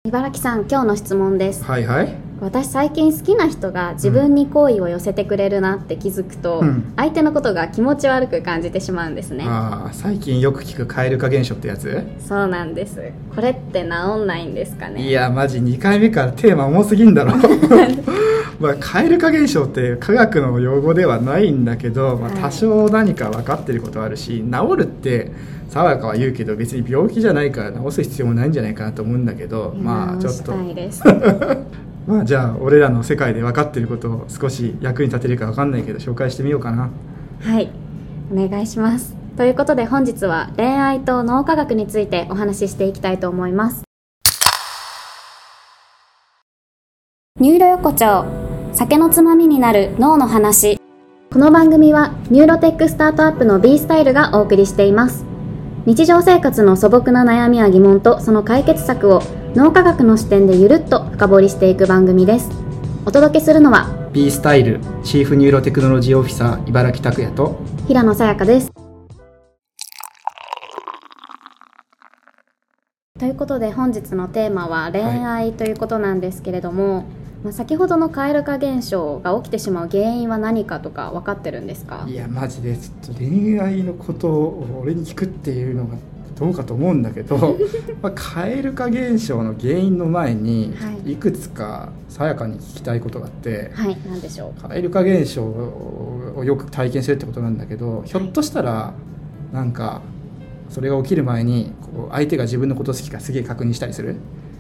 茨城さん、今日の質問です。 はいはい。 私最近好きな人が自分に好意を寄せてくれるなって気づくと、相手のことが気持ち悪く感じてしまうんですね。 最近よく聞く蛙化現象ってやつ？ そうなんです。これって治んないんですかね？ いやマジ2回目からテーマ重すぎんだろ蛙化現象って科学の用語ではないんだけど、多少何か分かってることはあるし、治るって爽やかは言うけど別に病気じゃないから治す必要もないんじゃないかなと思うんだけど、ちょっとじゃあ俺らの世界で分かってることを少し役に立てるか分かんないけど紹介してみようかな。 はい、お願いします。ということで本日は恋愛と脳科学についてお話ししていきたいと思います。ニューロ横丁、酒のつまみになる脳の話。この番組はニューロテックスタートアップの B スタイルがお送りしています。日常生活の素朴な悩みや疑問とその解決策を脳科学の視点でゆるっと深掘りしていく番組です。お届けするのは B スタイルチーフニューロテクノロジーオフィサー茨城拓也と平野さやかです。ということで本日のテーマは恋愛ということなんですけれども、先ほどの蛙化現象が起きてしまう原因は何かとか分かってるんですか？ いやマジでちょっと恋愛のことを俺に聞くっていうのがどうかと思うんだけど蛙化現象の原因の前にいくつかさやかに聞きたいことがあって、 何でしょう？ 蛙化現象をよく体験するってことなんだけど、ひょっとしたらなんかそれが起きる前に相手が自分のこと好きかすげえ確認したりする？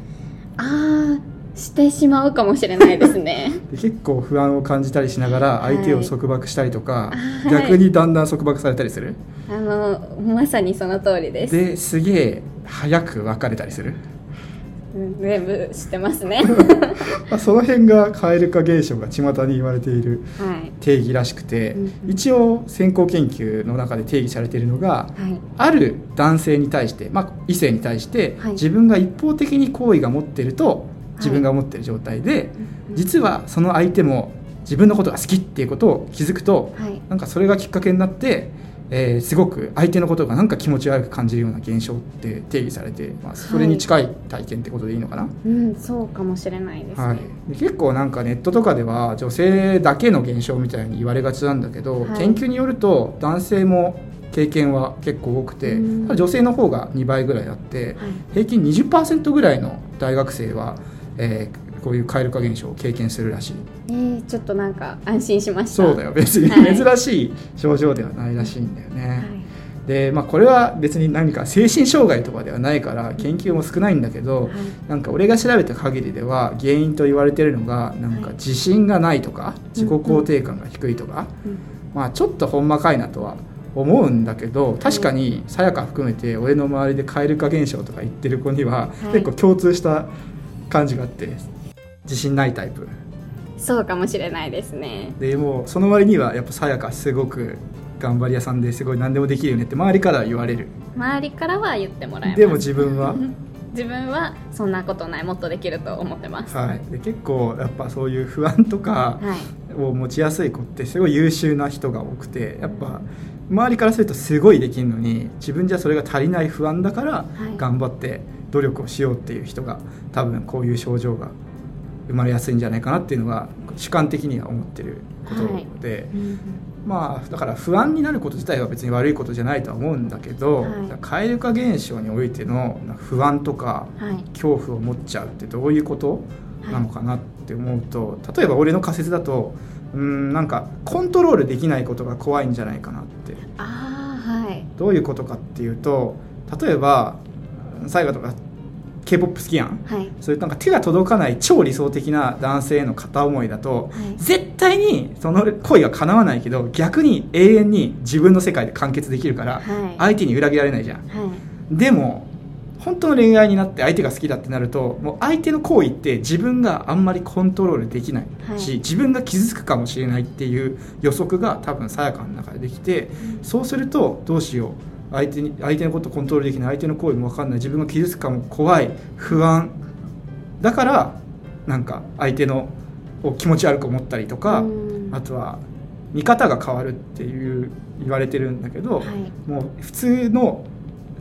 してしまうかもしれないですねで結構不安を感じたりしながら相手を束縛したりとか、逆にだんだん束縛されたりする？ まさにその通りです。 ですげえ早く別れたりする？ 全部知ってますねその辺が蛙化現象が巷に言われている定義らしくて、一応先行研究の中で定義されているのが、ある男性に対して、異性に対して、自分が一方的に好意が持っていると自分が思っている状態で、実はその相手も自分のことが好きっていうことを気づくと、なんかそれがきっかけになって、すごく相手のことがなんか気持ち悪く感じるような現象って定義されて、それに近い体験ってことでいいのかな？ そうかもしれないですね。 で結構なんかネットとかでは女性だけの現象みたいに言われがちなんだけど、研究によると男性も経験は結構多くて、女性の方が2倍ぐらいあって、平均 20% ぐらいの大学生はこういう蛙化現象を経験するらしい。 ちょっとなんか安心しました。 そうだよ、別に珍しい症状ではないらしいんだよね。でこれは別に何か精神障害とかではないから研究も少ないんだけど、なんか俺が調べた限りでは原因と言われているのがなんか自信がないとか自己肯定感が低いとか、ちょっとほんまかいなとは思うんだけど、確かにさやか含めて俺の周りで蛙化現象とか言ってる子には結構共通した感じがあって、自信ないタイプ。 そうかもしれないですね。 でもその割にはやっぱさやかすごく頑張り屋さんですごい何でもできるよねって周りからは言われる。 周りからは言ってもらえます。 でも自分は自分はそんなことない、もっとできると思ってます。 で結構やっぱそういう不安とかを持ちやすい子ってすごい優秀な人が多くて、やっぱ周りからするとすごいできるのに自分じゃそれが足りない不安だから頑張って努力をしようっていう人が多分こういう症状が生まれやすいんじゃないかなっていうのが主観的には思ってることで、だから不安になること自体は別に悪いことじゃないとは思うんだけど、蛙化現象においての不安とか恐怖を持っちゃうってどういうことなのかなって思うと、例えば俺の仮説だとなんかコントロールできないことが怖いんじゃないかなって。どういうことかっていうと、例えば最後とかK-POP 好きやん、そういうなんか手が届かない超理想的な男性への片思いだと、絶対にその恋が叶わないけど逆に永遠に自分の世界で完結できるから、相手に裏切られないじゃん、でも本当の恋愛になって相手が好きだってなると、もう相手の行為って自分があんまりコントロールできないし、自分が傷つくかもしれないっていう予測が多分さやかの中でできて、そうするとどうしよう、相手のことをコントロールできない、相手の行為も分かんない、自分が傷つくかも怖い、不安だからなんか相手のを気持ち悪く思ったりとか、あとは見方が変わるっていう言われてるんだけど、もう普通の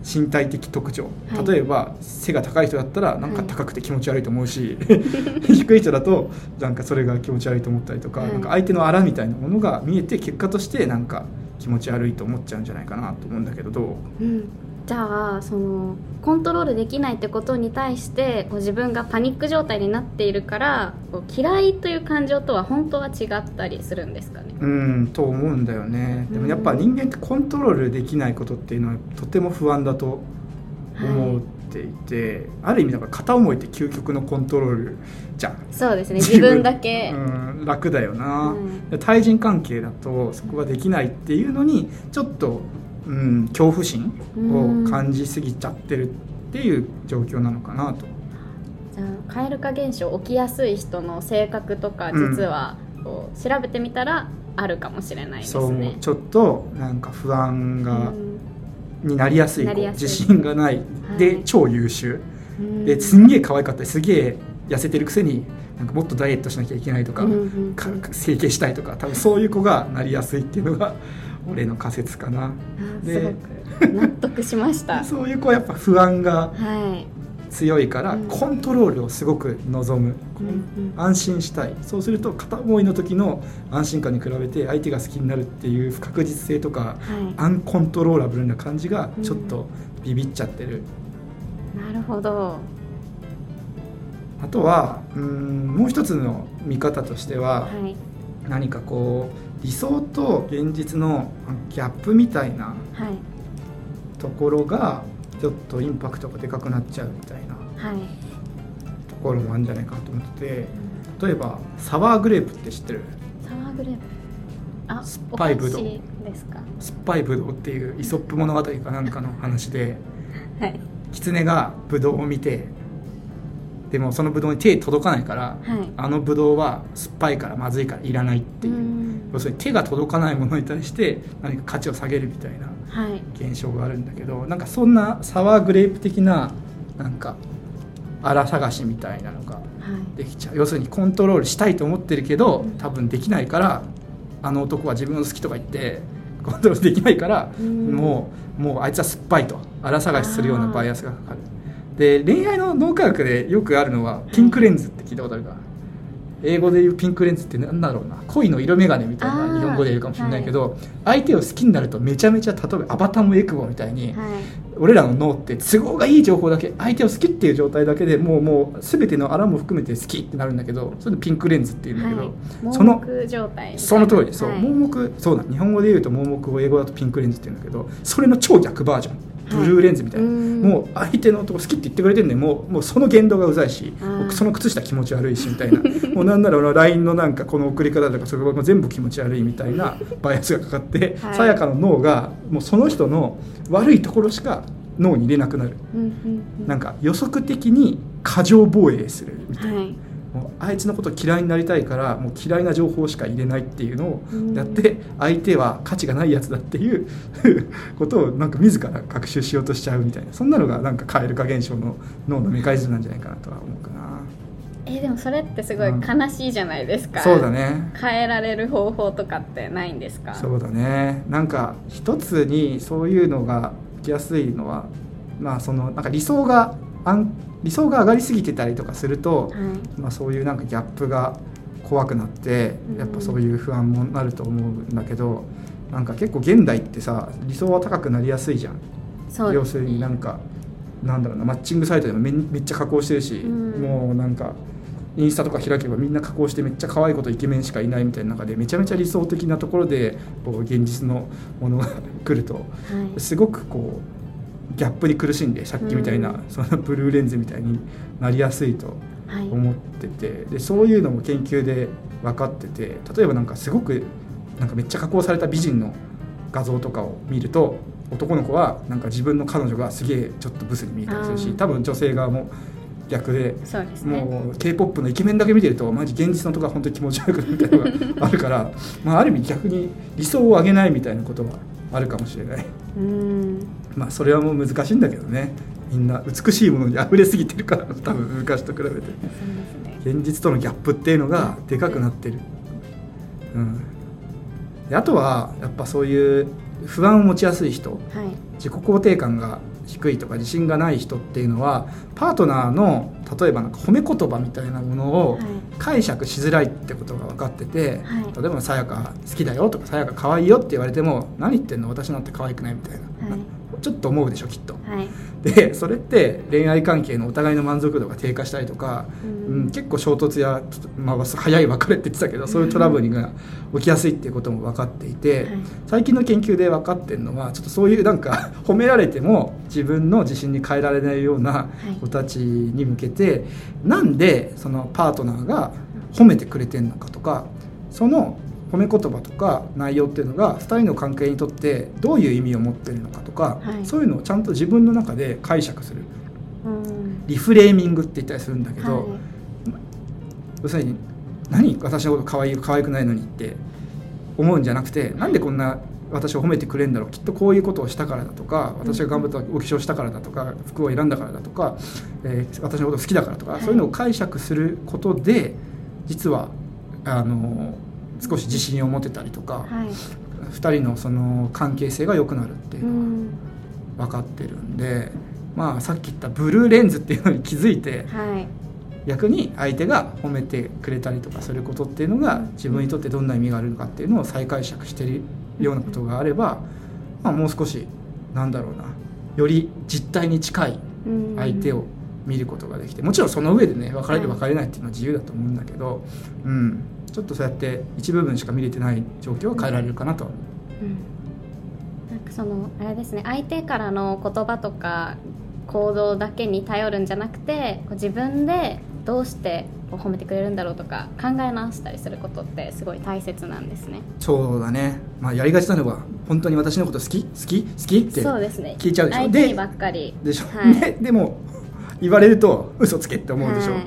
身体的特徴、 はい、 例えば背が高い人だったらなんか高くて気持ち悪いと思うし、はい、低い人だとなんかそれが気持ち悪いと思ったりとか、はい、なんか相手のあらみたいなものが見えて結果としてなんか気持ち悪いと思っちゃうんじゃないかなと思うんだけど、どう？ じゃあそのコントロールできないってことに対してこう自分がパニック状態になっているからこう嫌いという感情とは本当は違ったりするんですかね？ と思うんだよね。でもやっぱ人間ってコントロールできないことっていうのはとても不安だと思っていて、はい、ある意味だから片思いって究極のコントロールじゃん。 そうですね、自分だけ楽だよな、対人関係だとそこができないっていうのにちょっと恐怖心を感じすぎちゃってるっていう状況なのかなと。 じゃあ蛙化現象起きやすい人の性格とか実はこう調べてみたらあるかもしれないですね。 そうちょっとなんか不安がになりやすい子、自信がない、で、はい、超優秀ですんげえ可愛かったりすげえ痩せてるくせになんかもっとダイエットしなきゃいけないとか、整形したいとか多分そういう子がなりやすいっていうのが俺の仮説かな。 すごく納得しましたそういう子はやっぱ不安が強いから、コントロールをすごく望む、安心したい。そうすると片思いの時の安心感に比べて相手が好きになるっていう不確実性とか、アンコントローラブルな感じがちょっとビビっちゃってる。 なるほど。 あとはもう一つの見方としては、何かこう理想と現実のギャップみたいなところがちょっとインパクトがでかくなっちゃうみたいなところもあるんじゃないかなと思ってて、例えばサワーグレープって知ってる？ サワーグレープ、あ、 酸っぱいブドウですか？ 酸っぱいブドウっていうイソップ物語かなんかの話で、 はい、 狐がブドウを見て、でもそのブドウに手届かないから、はい、あのブドウは酸っぱいからまずいからいらないっていう、要するに手が届かないものに対して何か価値を下げるみたいな現象があるんだけど、なんかそんなサワーグレープ的ななんか荒探しみたいなのができちゃう、要するにコントロールしたいと思ってるけど多分できないから、あの男は自分の好きとか言ってコントロールできないから、もうあいつは酸っぱいと荒探しするようなバイアスがかかる。で恋愛の脳科学でよくあるのはピンクレンズって聞いたことあるか？英語で言うピンクレンズって何だろうな、恋の色眼鏡みたいな日本語で言うかもしれないけど、相手を好きになるとめちゃめちゃ、例えばアバタムエクボみたいに、俺らの脳って都合がいい情報だけ、相手を好きっていう状態だけでもう全てのあらも含めて好きってなるんだけど、それでピンクレンズっていうんだけど、 盲目状態、 その通り、そう、盲目、そうだ、日本語で言うと盲目を英語だとピンクレンズって言うんだけど、それの超逆バージョン、ブルーレンズみたいな、もう相手のとこ好きって言ってくれてるんで、もうその言動がうざいし、その靴下気持ち悪いしみたいなもうなんなら LINE のなんかこの送り方とかそれが全部気持ち悪いみたいなバイアスがかかってさやかの脳がもうその人の悪いところしか脳に入れなくなる、なんか予測的に過剰防衛するみたいな、もうあいつのこと嫌いになりたいからもう嫌いな情報しか入れないっていうのをやって、相手は価値がないやつだっていうことをなんか自ら学習しようとしちゃうみたいな、そんなのがなんか蛙化現象の脳のメカニズムなんじゃないかなとは思うかな。 でもそれってすごい悲しいじゃないですか、 そうだね。 変えられる方法とかってないんですか？ そうだね。なんか一つにそういうのが起きやすいのは、そのなんか理想が上がりすぎてたりとかすると、そういうなんかギャップが怖くなってやっぱそういう不安もなると思うんだけど、なんか結構現代ってさ理想は高くなりやすいじゃん。要するになんだろうな、マッチングサイトでもめっちゃ加工してるし、もうなんかインスタとか開けばみんな加工してめっちゃ可愛い子とイケメンしかいないみたいな中でめちゃめちゃ理想的なところでこう現実のものが来ると、すごくこうギャップに苦しんで、さっきみたいなそのブルーレンズみたいになりやすいと思ってて、でそういうのも研究で分かってて、例えばなんかすごくなんかめっちゃ加工された美人の画像とかを見ると、男の子はなんか自分の彼女がすげえちょっとブスに見えたりするし、多分女性側も逆で、もう K-POP のイケメンだけ見てるとマジ現実のとこが本当に気持ち悪くなるみたいなのがあるから、ある意味逆に理想を上げないみたいなことはあるかもしれない。それはもう難しいんだけどね。みんな美しいものに溢れすぎてるから、多分昔と比べて現実とのギャップっていうのがでかくなってる。であとはやっぱそういう不安を持ちやすい人、自己肯定感が低いとか自信がない人っていうのはパートナーの例えばなんか褒め言葉みたいなものを解釈しづらいってことが分かってて、はい、例えばさやか好きだよとかさやか可愛いよって言われても何言ってんの私なんて可愛くないみたいな、はい、ちょっと思うでしょきっと、はい、でそれって恋愛関係のお互いの満足度が低下したりとか、結構衝突や、早い別れって言ってたけどそういうトラブルが起きやすいっていうことも分かっていて、はい、最近の研究で分かってるのはちょっとそういうなんか褒められても自分の自信に変えられないような子たちに向けて、なんでそのパートナーが褒めてくれてるのかとか、その褒め言葉とか内容っていうのが2人の関係にとってどういう意味を持ってるのかとか、はい、そういうのをちゃんと自分の中で解釈する、リフレーミングって言ったりするんだけど、はい、要するに何私のこと可愛くないのにって思うんじゃなくて、なんでこんな私を褒めてくれるんだろう、きっとこういうことをしたからだとか、私が頑張ったお化粧したからだとか、服を選んだからだとか、私のこと好きだからとか、はい、そういうのを解釈することで実は少し自信を持てたりとか、はい、2人のその関係性が良くなるっていうのが分かってるんで、さっき言ったブルーレンズっていうのに気づいて、はい、逆に相手が褒めてくれたりとかすることっていうのが自分にとってどんな意味があるのかっていうのを再解釈しているようなことがあれば、もう少しより実態に近い相手を見ることができて、もちろんその上でね別れる別れないっていうのは自由だと思うんだけど、ちょっとそうやって一部分しか見れてない状況は変えられるかなとは思う。 なんかそのあれですね、相手からの言葉とか行動だけに頼るんじゃなくて、自分でどうして褒めてくれるんだろうとか考え直したりすることってすごい大切なんですね。 そうだね、やりがちなのは本当に私のこと好きって聞いちゃうでしょ。 相手にばっかりでしょ、はい、でも言われると嘘つけって思うでしょ、はい、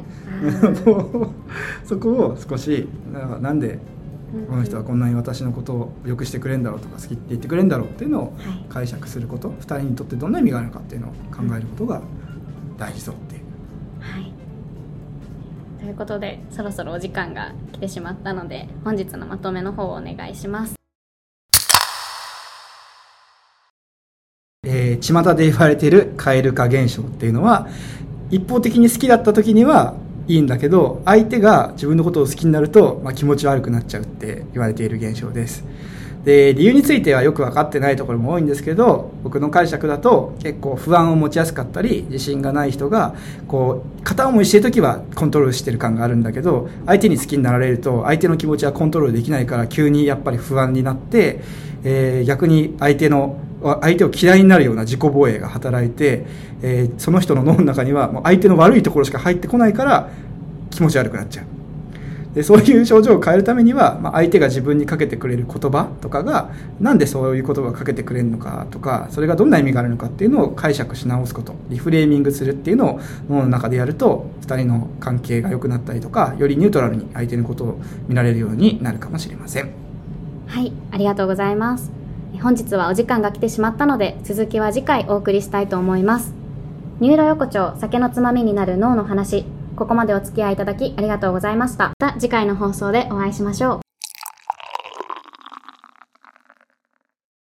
そこを少しなんでこの人はこんなに私のことをよくしてくれるんだろうとか好きって言ってくれるんだろうっていうのを解釈すること、2人にとってどんな意味があるのかっていうのを考えることが大事そうっていう、 はい、ということでそろそろお時間が来てしまったので本日のまとめの方をお願いします。 巷で言われている蛙化現象っていうのは、一方的に好きだった時にはいいんだけど、相手が自分のことを好きになると、気持ち悪くなっちゃうって言われている現象です。で、理由についてはよく分かってないところも多いんですけど、僕の解釈だと結構不安を持ちやすかったり自信がない人が片思いしてる時はコントロールしてる感があるんだけど、相手に好きになられると相手の気持ちはコントロールできないから急にやっぱり不安になって、逆に相手を嫌いになるような自己防衛が働いて、その人の脳の中にはもう相手の悪いところしか入ってこないから気持ち悪くなっちゃう。でそういう症状を変えるためには、相手が自分にかけてくれる言葉とかがなんでそういう言葉をかけてくれるのかとか、それがどんな意味があるのかっていうのを解釈し直すこと、リフレーミングするっていうのを脳の中でやると2人の関係が良くなったりとか、よりニュートラルに相手のことを見られるようになるかもしれません。 はい、ありがとうございます。本日はお時間が来てしまったので続きは次回お送りしたいと思います。ニューロ横丁、酒のつまみになる脳の話、ここまでお付き合いいただきありがとうございました。また次回の放送でお会いしましょう。